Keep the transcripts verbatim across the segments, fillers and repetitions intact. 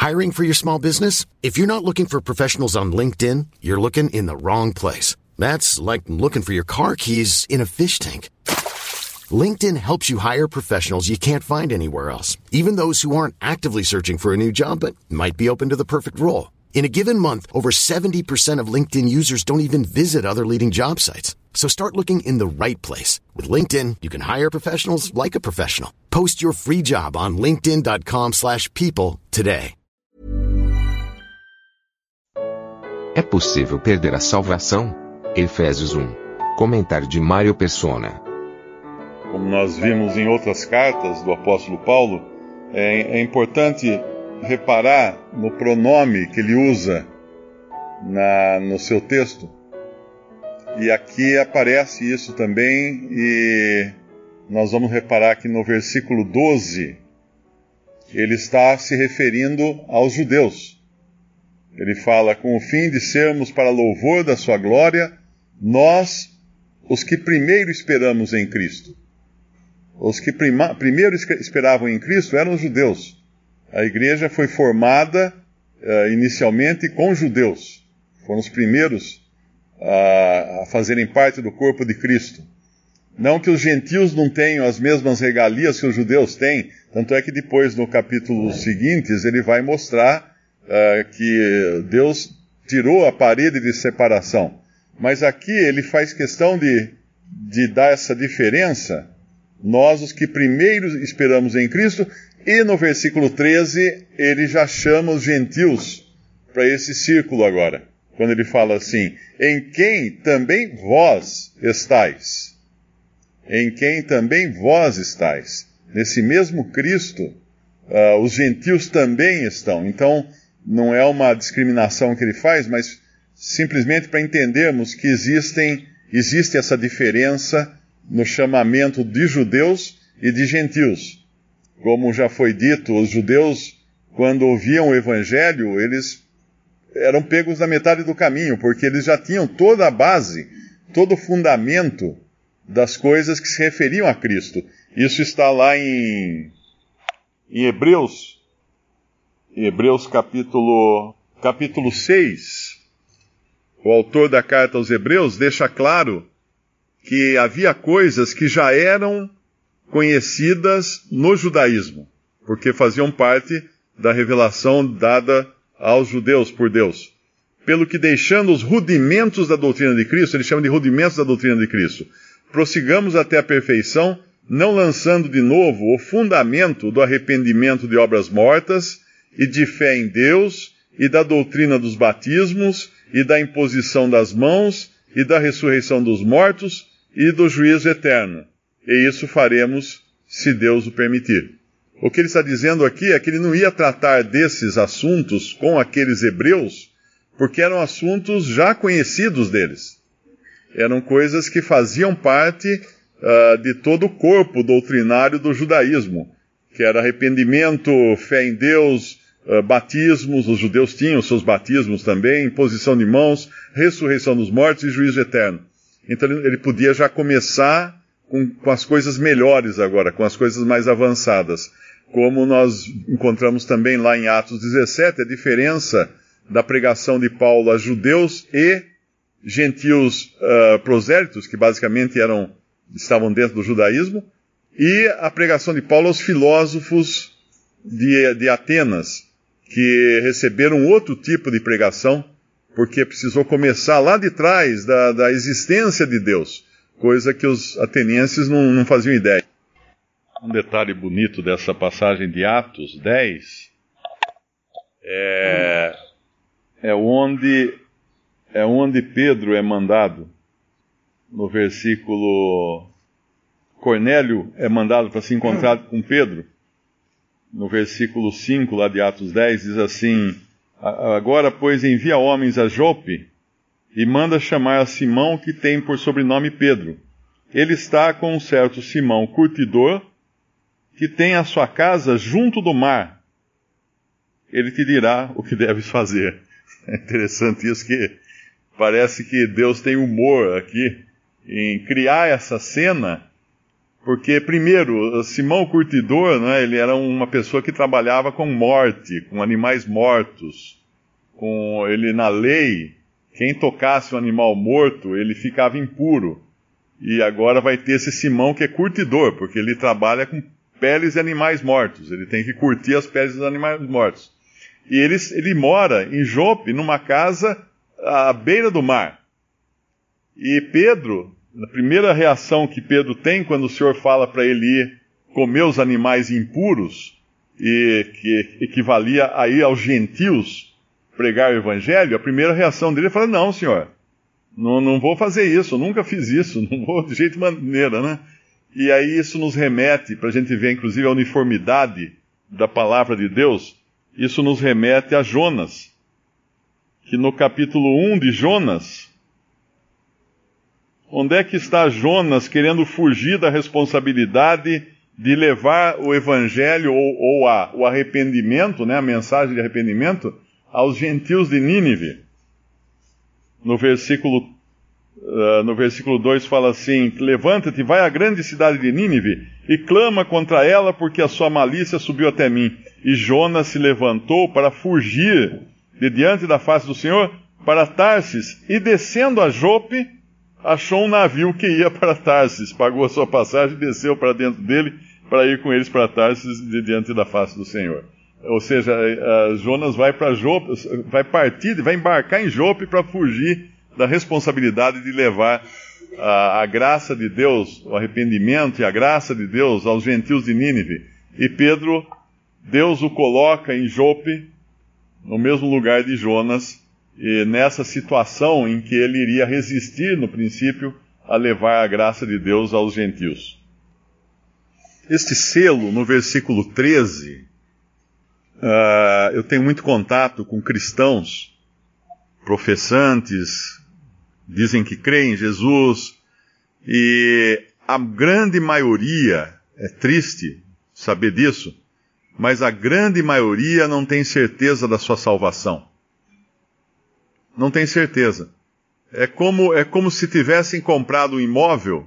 Hiring for your small business? If you're not looking for professionals on LinkedIn, you're looking in the wrong place. That's like looking for your car keys in a fish tank. LinkedIn helps you hire professionals you can't find anywhere else, even those who aren't actively searching for a new job but might be open to the perfect role. In a given month, over seventy percent of LinkedIn users don't even visit other leading job sites. So start looking in the right place. With LinkedIn, you can hire professionals like a professional. Post your free job on linkedin dot com slash people today. É possível perder a salvação? Efésios um. Comentário de Mário Persona. Como nós vimos em outras cartas do apóstolo Paulo, é, é importante reparar no pronome que ele usa na, no seu texto. E aqui aparece isso também, e nós vamos reparar que no versículo doze, ele está se referindo aos judeus. Ele fala, com o fim de sermos para louvor da sua glória, nós, os que primeiro esperamos em Cristo. Os que prima, primeiro esperavam em Cristo eram os judeus. A igreja foi formada uh, inicialmente com judeus. Foram os primeiros uh, a fazerem parte do corpo de Cristo. Não que os gentios não tenham as mesmas regalias que os judeus têm, tanto é que depois, no capítulo seguintes, ele vai mostrar uh, que Deus tirou a parede de separação. Mas aqui ele faz questão de, de dar essa diferença, nós os que primeiro esperamos em Cristo, e no versículo treze ele já chama os gentios para esse círculo agora, quando ele fala assim, em quem também vós estáis. Em quem também vós estáis. Nesse mesmo Cristo, uh, os gentios também estão. Então, não é uma discriminação que ele faz, mas simplesmente para entendermos que existem, existe essa diferença no chamamento de judeus e de gentios. Como já foi dito, os judeus, quando ouviam o evangelho, eles eram pegos na metade do caminho, porque eles já tinham toda a base, todo o fundamento das coisas que se referiam a Cristo. Isso está lá em, em Hebreus, em Hebreus capítulo, capítulo seis. O autor da carta aos Hebreus deixa claro que havia coisas que já eram conhecidas no judaísmo, porque faziam parte da revelação dada aos judeus por Deus. Pelo que, deixando os rudimentos da doutrina de Cristo, ele chama de rudimentos da doutrina de Cristo, prossigamos até a perfeição, não lançando de novo o fundamento do arrependimento de obras mortas e de fé em Deus e da doutrina dos batismos e da imposição das mãos e da ressurreição dos mortos e do juízo eterno. E isso faremos se Deus o permitir. O que ele está dizendo aqui é que ele não ia tratar desses assuntos com aqueles hebreus, porque eram assuntos já conhecidos deles. Eram coisas que faziam parte uh, de todo o corpo doutrinário do judaísmo, que era arrependimento, fé em Deus, uh, batismos, os judeus tinham seus batismos também, imposição de mãos, ressurreição dos mortos e juízo eterno. Então ele podia já começar com, com as coisas melhores agora, com as coisas mais avançadas. Como nós encontramos também lá em Atos dezessete, a diferença da pregação de Paulo a judeus e gentios uh, prosélitos, que basicamente eram, estavam dentro do judaísmo, e a pregação de Paulo aos filósofos de, de Atenas, que receberam outro tipo de pregação, porque precisou começar lá de trás da, da existência de Deus, coisa que os atenienses não, não faziam ideia. Um detalhe bonito dessa passagem de Atos dez é, é, onde, é onde Pedro é mandado. No versículo, Cornélio é mandado para se encontrar com Pedro. No versículo cinco lá de Atos dez diz assim, agora, pois, envia homens a Jope e manda chamar a Simão, que tem por sobrenome Pedro. Ele está com um certo Simão curtidor, que tem a sua casa junto do mar. Ele te dirá o que deves fazer. É interessante isso, que parece que Deus tem humor aqui em criar essa cena Porque, primeiro, Simão o Curtidor, né, ele era uma pessoa que trabalhava com morte, com animais mortos. Com ele, na lei, quem tocasse um animal morto, ele ficava impuro. E agora vai ter esse Simão que é curtidor, porque ele trabalha com peles de animais mortos. Ele tem que curtir as peles dos animais mortos. E ele, ele mora em Jope, numa casa à beira do mar. E Pedro, a primeira reação que Pedro tem quando o Senhor fala para ele ir comer os animais impuros, e que equivalia a ir aos gentios pregar o evangelho, a primeira reação dele é falar, não, Senhor, não, não vou fazer isso, eu nunca fiz isso, não vou de jeito maneira, né? E aí isso nos remete, para a gente ver inclusive a uniformidade da palavra de Deus, isso nos remete a Jonas, que no capítulo um de Jonas, onde é que está Jonas querendo fugir da responsabilidade de levar o evangelho ou, ou a, o arrependimento, né, a mensagem de arrependimento, aos gentios de Nínive? No versículo, uh, no versículo dois fala assim, levanta-te, vai à grande cidade de Nínive e clama contra ela, porque a sua malícia subiu até mim. E Jonas se levantou para fugir de diante da face do Senhor para Tarsis, e descendo a Jope, achou um navio que ia para Tarsis, pagou a sua passagem e desceu para dentro dele para ir com eles para Tarsis de diante da face do Senhor. Ou seja, Jonas vai para Jope, vai partir, vai embarcar em Jope para fugir da responsabilidade de levar a, a graça de Deus, o arrependimento e a graça de Deus aos gentios de Nínive. E Pedro, Deus o coloca em Jope, no mesmo lugar de Jonas, e nessa situação em que ele iria resistir, no princípio, a levar a graça de Deus aos gentios. Este selo, no versículo treze, uh, eu tenho muito contato com cristãos, professantes, dizem que creem em Jesus, e a grande maioria, é triste saber disso, mas a grande maioria não tem certeza da sua salvação. Não tem certeza. É como, é como se tivessem comprado um imóvel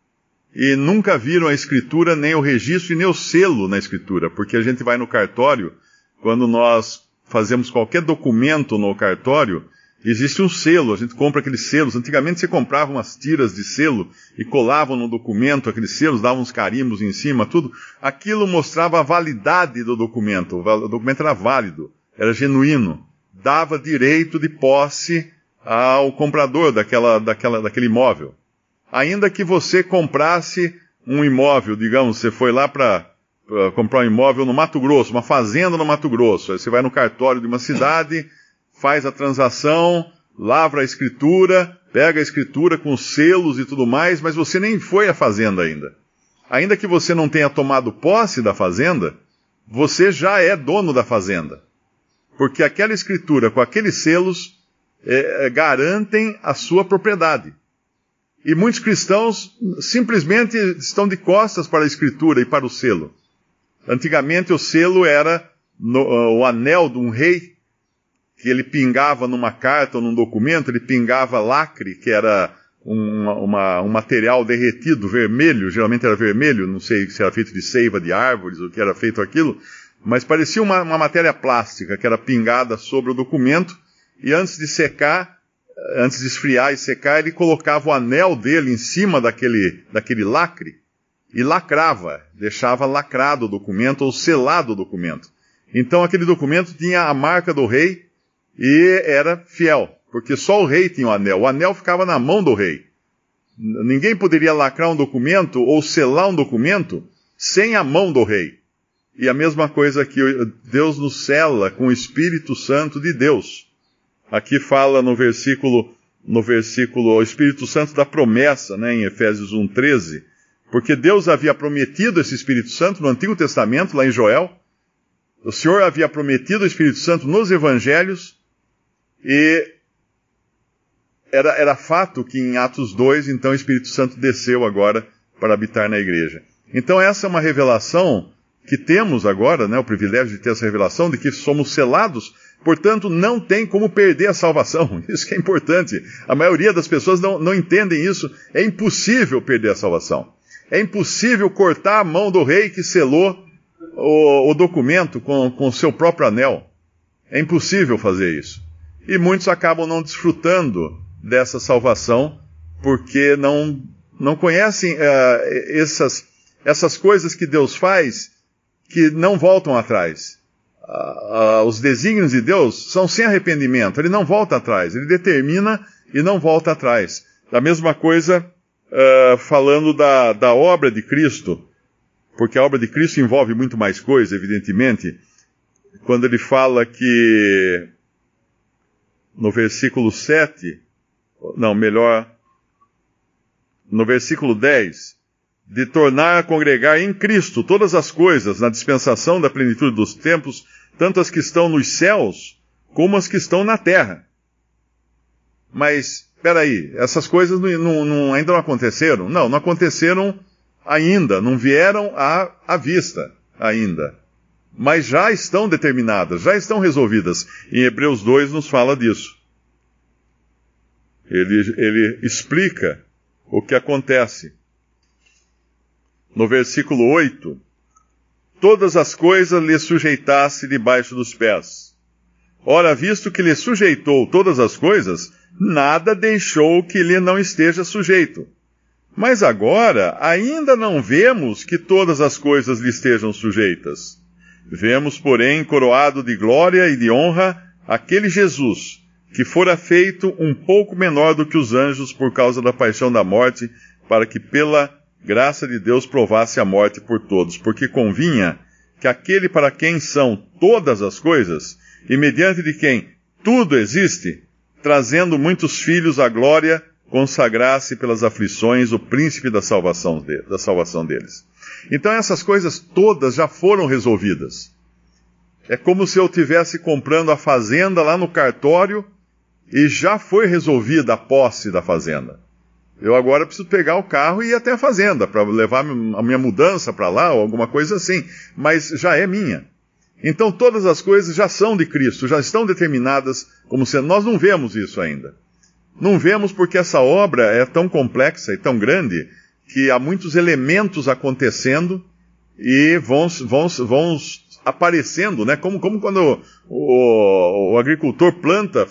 e nunca viram a escritura, nem o registro e nem o selo na escritura. Porque a gente vai no cartório, quando nós fazemos qualquer documento no cartório, existe um selo, a gente compra aqueles selos. Antigamente você comprava umas tiras de selo e colavam no documento aqueles selos, davam uns carimbos em cima, tudo. Aquilo mostrava a validade do documento. O documento era válido, era genuíno. Dava direito de posse ao comprador daquela, daquela, daquele imóvel. Ainda que você comprasse um imóvel, digamos, você foi lá para comprar um imóvel no Mato Grosso, uma fazenda no Mato Grosso, aí você vai no cartório de uma cidade, faz a transação, lavra a escritura, pega a escritura com selos e tudo mais, mas você nem foi à fazenda ainda. Ainda que você não tenha tomado posse da fazenda, você já é dono da fazenda. Porque aquela escritura com aqueles selos é, garantem a sua propriedade. E muitos cristãos simplesmente estão de costas para a escritura e para o selo. Antigamente o selo era no, uh, o anel de um rei, que ele pingava numa carta ou num documento, ele pingava lacre, que era um, uma, um material derretido, vermelho, geralmente era vermelho, não sei se era feito de seiva de árvores ou que era feito aquilo, mas parecia uma, uma matéria plástica que era pingada sobre o documento, e antes de secar, antes de esfriar e secar, ele colocava o anel dele em cima daquele, daquele lacre e lacrava, deixava lacrado o documento ou selado o documento. Então aquele documento tinha a marca do rei e era fiel, porque só o rei tinha o anel. O anel ficava na mão do rei. Ninguém poderia lacrar um documento ou selar um documento sem a mão do rei. E a mesma coisa que Deus nos sela com o Espírito Santo de Deus. Aqui fala no versículo, no versículo, o Espírito Santo da promessa, né, em Efésios um, treze, porque Deus havia prometido esse Espírito Santo no Antigo Testamento, lá em Joel. O Senhor havia prometido o Espírito Santo nos Evangelhos, e era, era fato que em Atos dois, então o Espírito Santo desceu agora para habitar na igreja. Então essa é uma revelação que temos agora, né, o privilégio de ter essa revelação de que somos selados, portanto não tem como perder a salvação. Isso que é importante. A maioria das pessoas não, não entendem isso. É impossível perder a salvação. É impossível cortar a mão do rei que selou o, o documento com o seu próprio anel. É impossível fazer isso. E muitos acabam não desfrutando dessa salvação porque não, não conhecem uh, essas, essas coisas que Deus faz que não voltam atrás. Uh, uh, os desígnios de Deus são sem arrependimento. Ele não volta atrás. Ele determina e não volta atrás. Da mesma coisa, uh, falando da, da obra de Cristo, porque a obra de Cristo envolve muito mais coisa, evidentemente, quando ele fala que, no versículo sete, não, melhor, no versículo dez, de tornar a congregar em Cristo todas as coisas na dispensação da plenitude dos tempos, tanto as que estão nos céus, como as que estão na terra. Mas, espera aí, essas coisas não, não, não, ainda não aconteceram? Não, não aconteceram ainda, não vieram à, à vista ainda. Mas já estão determinadas, já estão resolvidas. Em Hebreus dois nos fala disso. Ele, ele explica o que acontece. No versículo oito, todas as coisas lhe sujeitasse debaixo dos pés. Ora, visto que lhe sujeitou todas as coisas, nada deixou que lhe não esteja sujeito. Mas agora ainda não vemos que todas as coisas lhe estejam sujeitas. Vemos, porém, coroado de glória e de honra aquele Jesus, que fora feito um pouco menor do que os anjos por causa da paixão da morte, para que pela graça de Deus provasse a morte por todos, porque convinha que aquele para quem são todas as coisas, e mediante de quem tudo existe, trazendo muitos filhos à glória, consagrasse pelas aflições o príncipe da salvação, de, da salvação deles. Então essas coisas todas já foram resolvidas. É como se eu estivesse comprando a fazenda lá no cartório e já foi resolvida a posse da fazenda. Eu agora preciso pegar o carro e ir até a fazenda para levar a minha mudança para lá ou alguma coisa assim, mas já é minha. Então todas as coisas já são de Cristo, já estão determinadas como sendo. Nós não vemos isso ainda. Não vemos porque essa obra é tão complexa e tão grande que há muitos elementos acontecendo e vão, vão, vão aparecendo, né? Como, como quando o, o agricultor planta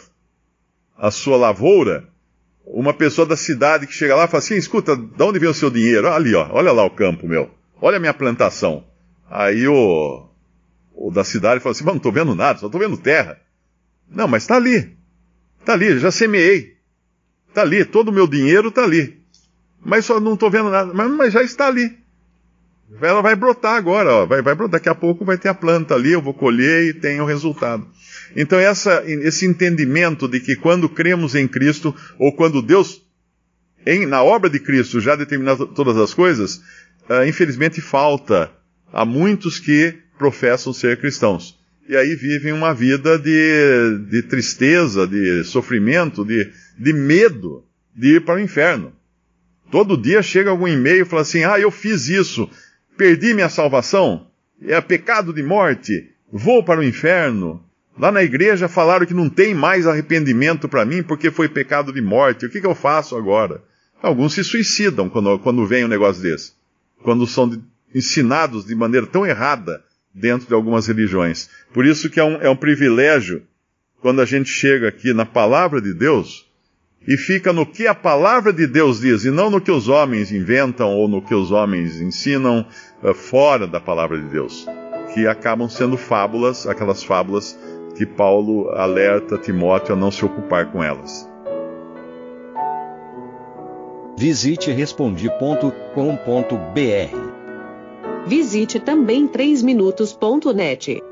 a sua lavoura, uma pessoa da cidade que chega lá e fala assim, escuta, de onde vem o seu dinheiro? Ali, ó, olha lá o campo meu, olha a minha plantação. Aí o, o da cidade fala assim, mas não estou vendo nada, só estou vendo terra. Não, mas está ali, está ali, já semeei, está ali, todo o meu dinheiro está ali. Mas só não estou vendo nada, mas, mas já está ali. Ela vai brotar agora, ó, vai, vai brotar, daqui a pouco vai ter a planta ali, eu vou colher e tem o resultado. Então essa, esse entendimento de que quando cremos em Cristo, ou quando Deus, em, na obra de Cristo, já determinou todas as coisas, uh, infelizmente falta a muitos que professam ser cristãos. E aí vivem uma vida de, de tristeza, de sofrimento, de, de medo de ir para o inferno. Todo dia chega algum e-mail e fala assim, ah, eu fiz isso, perdi minha salvação, é pecado de morte, vou para o inferno. Lá na igreja falaram que não tem mais arrependimento para mim porque foi pecado de morte. O que, que eu faço agora? Alguns se suicidam quando, quando vem um negócio desse. Quando são de, ensinados de maneira tão errada dentro de algumas religiões. Por isso que é um, é um privilégio quando a gente chega aqui na palavra de Deus e fica no que a palavra de Deus diz e não no que os homens inventam ou no que os homens ensinam uh, fora da palavra de Deus. Que acabam sendo fábulas, aquelas fábulas que Paulo alerta Timóteo a não se ocupar com elas. Visite respondi ponto com ponto br. Visite também três minutos ponto net.